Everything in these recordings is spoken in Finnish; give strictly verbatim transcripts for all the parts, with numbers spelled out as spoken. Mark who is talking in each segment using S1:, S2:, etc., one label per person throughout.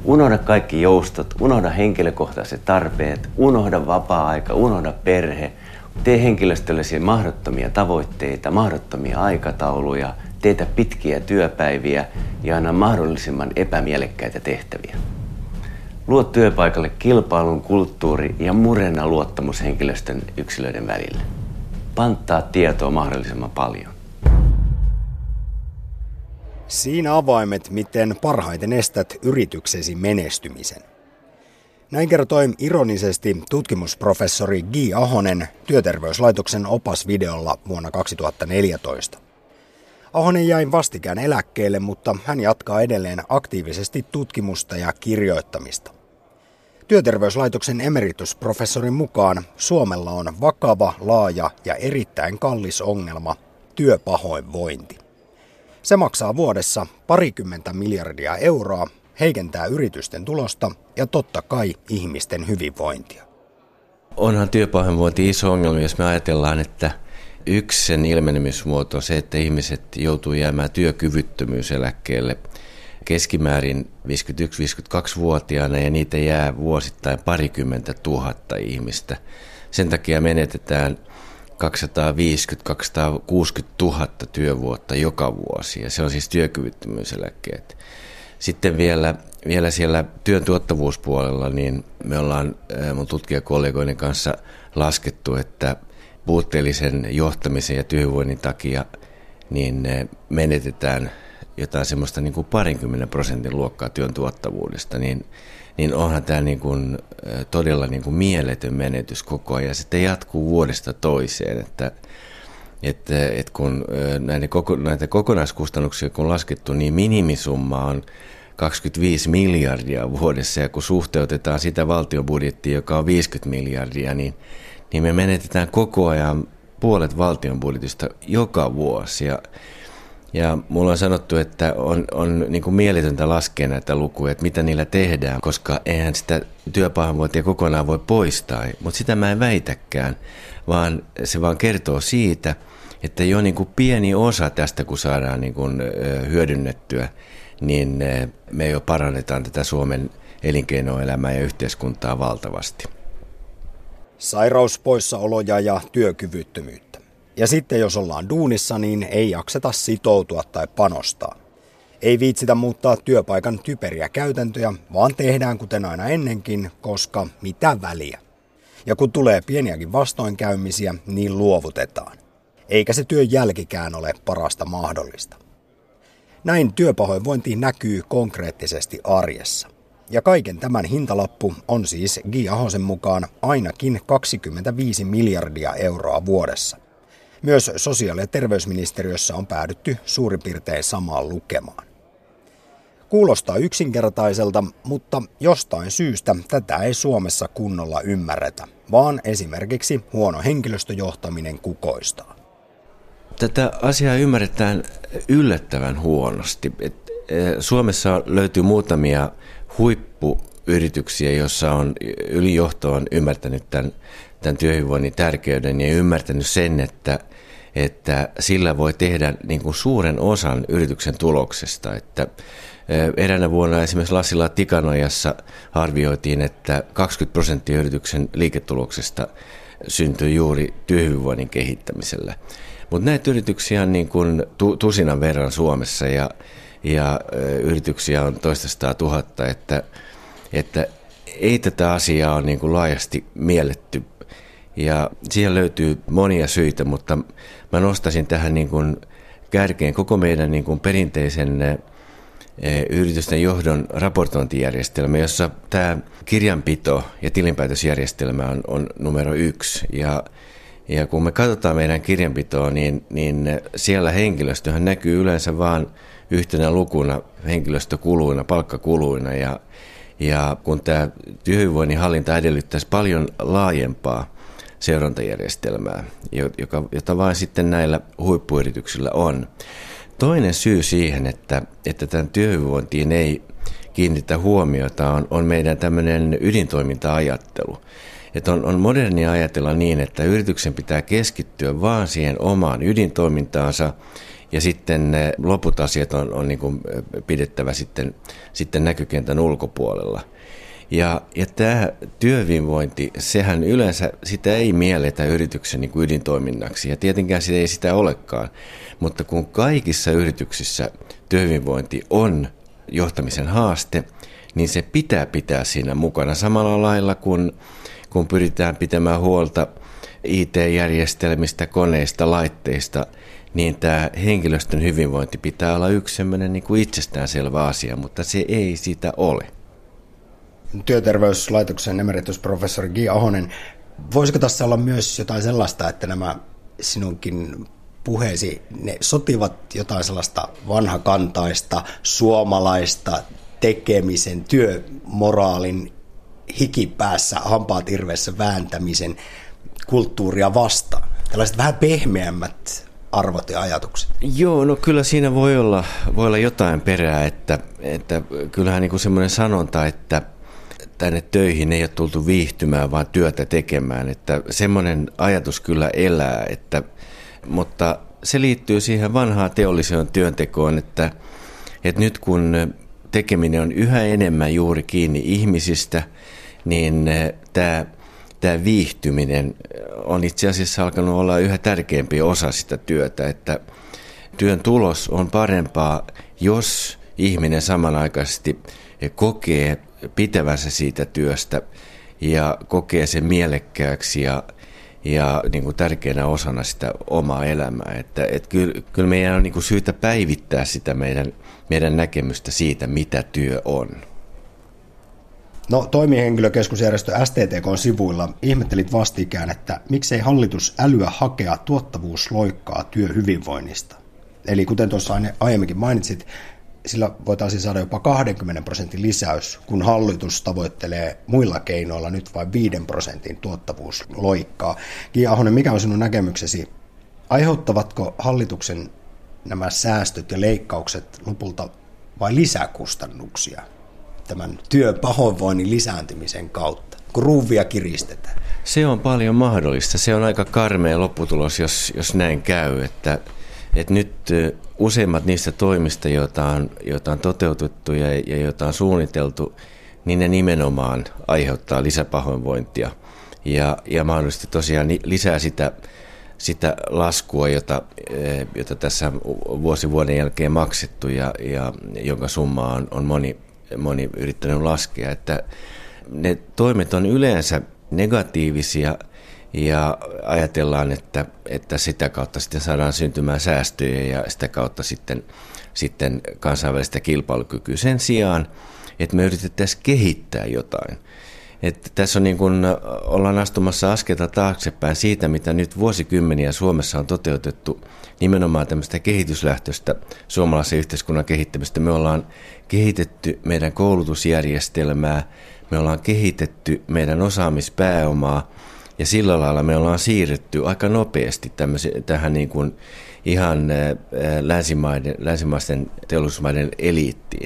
S1: Unohda kaikki joustot, unohda henkilökohtaiset tarpeet, unohda vapaa-aika, unohda perhe. Tee henkilöstöllesi mahdottomia tavoitteita, mahdottomia aikatauluja, teetä pitkiä työpäiviä ja anna mahdollisimman epämielekkäitä tehtäviä. Luo työpaikalle kilpailun kulttuuri ja murenna luottamus henkilöstön yksilöiden välillä. Panttaa tietoa mahdollisimman paljon.
S2: Siinä avaimet, miten parhaiten estät yrityksesi menestymisen. Näin kertoi ironisesti tutkimusprofessori Guy Ahonen Työterveyslaitoksen opasvideolla vuonna kaksituhattaneljätoista. Ahonen jäi vastikään eläkkeelle, mutta hän jatkaa edelleen aktiivisesti tutkimusta ja kirjoittamista. Työterveyslaitoksen emeritusprofessorin mukaan Suomella on vakava, laaja ja erittäin kallis ongelma, työpahoinvointi. Se maksaa vuodessa parikymmentä miljardia euroa, heikentää yritysten tulosta ja totta kai ihmisten hyvinvointia.
S3: Onhan työpahoinvointi iso ongelma, jos me ajatellaan, että yksi sen ilmenemismuoto on se, että ihmiset joutuu jäämään työkyvyttömyyseläkkeelle keskimäärin viisikymmentäyksi viisikymmentäkaksivuotiaana ja niitä jää vuosittain parikymmentä tuhatta ihmistä. Sen takia menetetään kaksisataaviisikymmentä kaksisataakuusikymmentätuhatta työvuotta joka vuosi ja se on siis työkyvyttömyyseläkkeet. Sitten vielä, vielä siellä työn tuottavuuspuolella niin me ollaan mun tutkijakollegoiden kanssa laskettu, että puutteellisen johtamisen ja työhyvinvoinnin takia niin menetetään jotain semmoista niin kuin parinkymmenen prosentin luokkaa työn tuottavuudesta, niin, niin onhan tämä niin kuin todella niin kuin mieletön menetys koko ajan. Sitten jatkuu vuodesta toiseen, että, että, että kun näitä, koko, näitä kokonaiskustannuksia kun laskettu, niin minimisumma on kaksikymmentäviisi miljardia vuodessa, ja kun suhteutetaan sitä valtion budjettia, joka on viisikymmentä miljardia, niin niin me menetetään koko ajan puolet valtion budjetista joka vuosi. Ja, ja mulla on sanottu, että on, on niin kuin mieletöntä laskea näitä lukuja, että mitä niillä tehdään, koska eihän sitä työpahoinvointia kokonaan voi poistaa. Mutta sitä mä en väitäkään, vaan se vaan kertoo siitä, että jo niin kuin pieni osa tästä, kun saadaan niin kuin hyödynnettyä, niin me jo parannetaan tätä Suomen elinkeinoelämää ja yhteiskuntaa valtavasti.
S2: Sairauspoissaoloja ja työkyvyttömyyttä. Ja sitten jos ollaan duunissa, niin ei jakseta sitoutua tai panostaa. Ei viitsitä muuttaa työpaikan typeriä käytäntöjä, vaan tehdään kuten aina ennenkin, koska mitä väliä. Ja kun tulee pieniäkin vastoinkäymisiä, niin luovutetaan. Eikä se työn jälkikään ole parasta mahdollista. Näin työpahoinvointi näkyy konkreettisesti arjessa. Ja kaiken tämän hintalappu on siis Guy Ahosen mukaan ainakin kaksikymmentäviisi miljardia euroa vuodessa. Myös sosiaali- ja terveysministeriössä on päädytty suurin piirtein samaan lukemaan. Kuulostaa yksinkertaiselta, mutta jostain syystä tätä ei Suomessa kunnolla ymmärretä, vaan esimerkiksi huono henkilöstöjohtaminen kukoistaa.
S3: Tätä asiaa ymmärretään yllättävän huonosti. Suomessa löytyy muutamia huippuyrityksiä, joissa on ylijohto on ymmärtänyt tämän, tämän työhyvinvoinnin tärkeyden ja ymmärtänyt sen, että, että sillä voi tehdä niin kuin suuren osan yrityksen tuloksesta. Että eräänä vuonna esimerkiksi Lassila Tikanojassa arvioitiin, että kaksikymmentä prosenttia yrityksen liiketuloksesta syntyi juuri työhyvinvoinnin kehittämisellä. Mutta näitä yrityksiä on niin kuin tusinan verran Suomessa ja Ja yrityksiä on toistasataa tuhatta, että, että ei tätä asiaa ole niin kuin laajasti mielletty. Ja siihen löytyy monia syitä, mutta mä nostaisin tähän niin kuin kärkeen koko meidän niin kuin perinteisen yritysten johdon raportointijärjestelmä, jossa tämä kirjanpito ja tilinpäätösjärjestelmä on, on numero yksi. Ja, ja kun me katsotaan meidän kirjanpitoa, niin, niin siellä henkilöstöhän näkyy yleensä vaan yhtenä lukuna henkilöstökuluina, palkkakuluina ja, ja kun tämä työhyvinvoinnin hallinta edellyttäisi paljon laajempaa seurantajärjestelmää, joka, jota vain sitten näillä huippuyrityksillä on. Toinen syy siihen, että, että tämän työhyvinvointiin ei kiinnitä huomiota, on, on meidän tämmöinen ydintoiminta-ajattelu. Että on, on modernia ajatella niin, että yrityksen pitää keskittyä vaan siihen omaan ydintoimintaansa ja sitten ne loput asiat on, on niin kuin pidettävä sitten, sitten näkykentän ulkopuolella. Ja, ja tämä työhyvinvointi, sehän yleensä, sitä ei mielletä yrityksen niin kuin ydintoiminnaksi, ja tietenkään sitä ei sitä olekaan. Mutta kun kaikissa yrityksissä työhyvinvointi on johtamisen haaste, niin se pitää pitää siinä mukana samalla lailla, kun, kun pyritään pitämään huolta I T-järjestelmistä, koneista, laitteista, niin tämä henkilöstön hyvinvointi pitää olla yksi sellainen niin kuin itsestäänselvä asia, mutta se ei sitä ole.
S2: Työterveyslaitoksen emeritusprofessori Guy Ahonen, voisiko tässä olla myös jotain sellaista, että nämä sinunkin puheesi, ne sotivat jotain sellaista vanhakantaista, suomalaista tekemisen, työmoraalin hikipäässä, hampaat irvessä vääntämisen kulttuuria vastaan? Tällaiset vähän pehmeämmät arvot ja ajatukset.
S3: Joo, no kyllä siinä voi olla, voi olla jotain perää, että, että kyllähän niin kuin semmoinen sanonta, että tänne töihin ei ole tultu viihtymään, vaan työtä tekemään. Että semmoinen ajatus kyllä elää, että, mutta se liittyy siihen vanhaan teolliseen työntekoon, että, että nyt kun tekeminen on yhä enemmän juuri kiinni ihmisistä, niin tämä, tämä viihtyminen on itse asiassa alkanut olla yhä tärkeämpi osa sitä työtä, että työn tulos on parempaa, jos ihminen samanaikaisesti kokee pitävänsä siitä työstä ja kokee sen mielekkääksi ja, ja niin kuin tärkeänä osana sitä omaa elämää. Että, et kyllä, kyllä meidän on niin kuin syytä päivittää sitä meidän, meidän näkemystä siitä, mitä työ on.
S2: No, toimihenkilökeskusjärjestö S T T K:n sivuilla ihmettelit vastikään, että miksei hallitus älyä hakea tuottavuusloikkaa työhyvinvoinnista. Eli kuten tuossa aiemminkin mainitsit, sillä voitaisiin saada jopa kaksikymmentä prosentin lisäys, kun hallitus tavoittelee muilla keinoilla nyt vain viiden prosentin tuottavuusloikkaa. Guy Ahonen, mikä on sinun näkemyksesi? Aiheuttavatko hallituksen nämä säästöt ja leikkaukset lopulta vai lisäkustannuksia tämän työpahoinvoinnin lisääntymisen kautta, kun ruuvia kiristetään?
S3: Se on paljon mahdollista. Se on aika karmea lopputulos, jos, jos näin käy, että että nyt useimmat niistä toimista, joita on, joita on toteutettu ja, ja joita on suunniteltu, niin ne nimenomaan aiheuttaa lisäpahoinvointia ja, ja mahdollisesti tosiaan lisää sitä, sitä laskua, jota, jota tässä vuosi vuoden jälkeen maksettu ja, ja jonka summa on, on moni, moni yrittänyt laskea. Että ne toimet on yleensä negatiivisia. Ja ajatellaan, että, että sitä kautta sitten saadaan syntymään säästöjä ja sitä kautta sitten, sitten kansainvälistä kilpailukykyä. Sen sijaan, että me yritettäisiin kehittää jotain. Että tässä on niin kuin, ollaan astumassa askelta taaksepäin siitä, mitä nyt vuosikymmeniä Suomessa on toteutettu nimenomaan tämmöistä kehityslähtöistä suomalaisen yhteiskunnan kehittämistä. Me ollaan kehitetty meidän koulutusjärjestelmää, me ollaan kehitetty meidän osaamispääomaa, ja sillä lailla me ollaan siirretty aika nopeasti tähän niin kuin ihan länsimaiden, länsimaisten teollisuusmaiden eliittiin.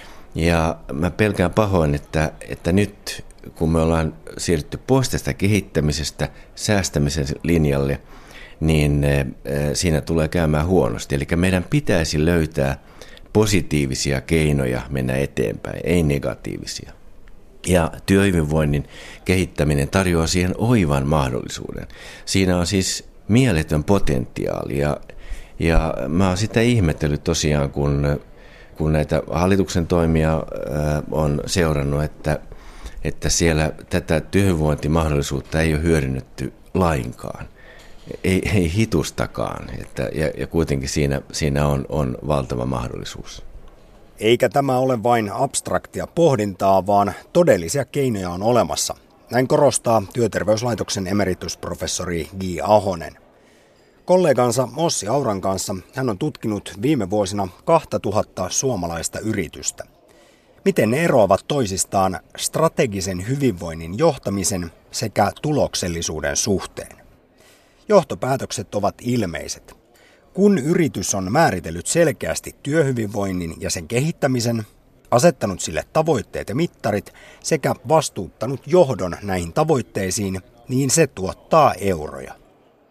S3: Ja mä pelkään pahoin, että, että nyt kun me ollaan siirrytty pois tästä kehittämisestä säästämisen linjalle, niin siinä tulee käymään huonosti. Eli meidän pitäisi löytää positiivisia keinoja mennä eteenpäin, ei negatiivisia. Ja työhyvinvoinnin kehittäminen tarjoaa siihen oivan mahdollisuuden. Siinä on siis mieletön potentiaali ja, ja mä oon sitä ihmetellyt tosiaan, kun, kun näitä hallituksen toimia on seurannut, että, että siellä tätä työhyvinvointimahdollisuutta ei ole hyödynnetty lainkaan. Ei, ei hitustakaan, että, ja, ja kuitenkin siinä, siinä on, on valtava mahdollisuus.
S2: Eikä tämä ole vain abstraktia pohdintaa, vaan todellisia keinoja on olemassa. Näin korostaa Työterveyslaitoksen emeritusprofessori Guy Ahonen. Kollegansa Ossi Auran kanssa hän on tutkinut viime vuosina kaksituhatta suomalaista yritystä. Miten ne eroavat toisistaan strategisen hyvinvoinnin johtamisen sekä tuloksellisuuden suhteen? Johtopäätökset ovat ilmeiset. Kun yritys on määritellyt selkeästi työhyvinvoinnin ja sen kehittämisen, asettanut sille tavoitteet ja mittarit sekä vastuuttanut johdon näihin tavoitteisiin, niin se tuottaa euroja.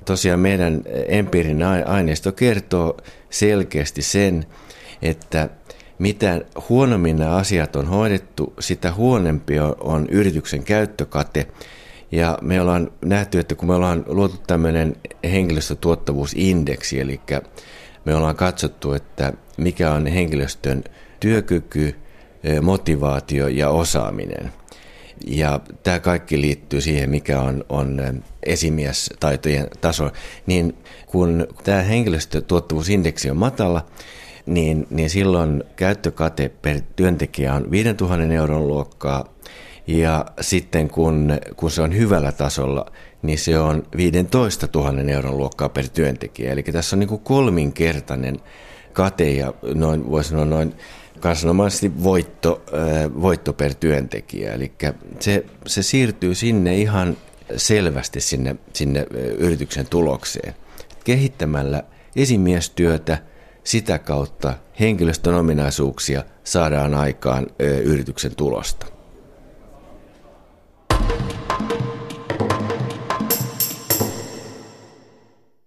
S3: tosiaan meidän empiirinen aineisto kertoo selkeästi sen, että mitä huonommin nämä asiat on hoidettu, sitä huonompi on yrityksen käyttökate. Ja me ollaan nähty, että kun me ollaan luotu tämmöinen henkilöstötuottavuusindeksi, eli me ollaan katsottu, että mikä on henkilöstön työkyky, motivaatio ja osaaminen. Ja tämä kaikki liittyy siihen, mikä on, on esimiestaitojen taso. Niin kun tämä henkilöstötuottavuusindeksi on matala, niin, niin silloin käyttökate per työntekijä on viisituhatta euron luokkaa. Ja sitten kun, kun se on hyvällä tasolla, niin se on viisitoista tuhatta euron luokkaa per työntekijä. Eli tässä on niin kuin kolminkertainen kate ja noin, voisi sanoa noin kansanomaisesti voitto, voitto per työntekijä. Eli se, se siirtyy sinne ihan selvästi sinne, sinne yrityksen tulokseen. Kehittämällä esimiestyötä, sitä kautta henkilöstön ominaisuuksia saadaan aikaan yrityksen tulosta.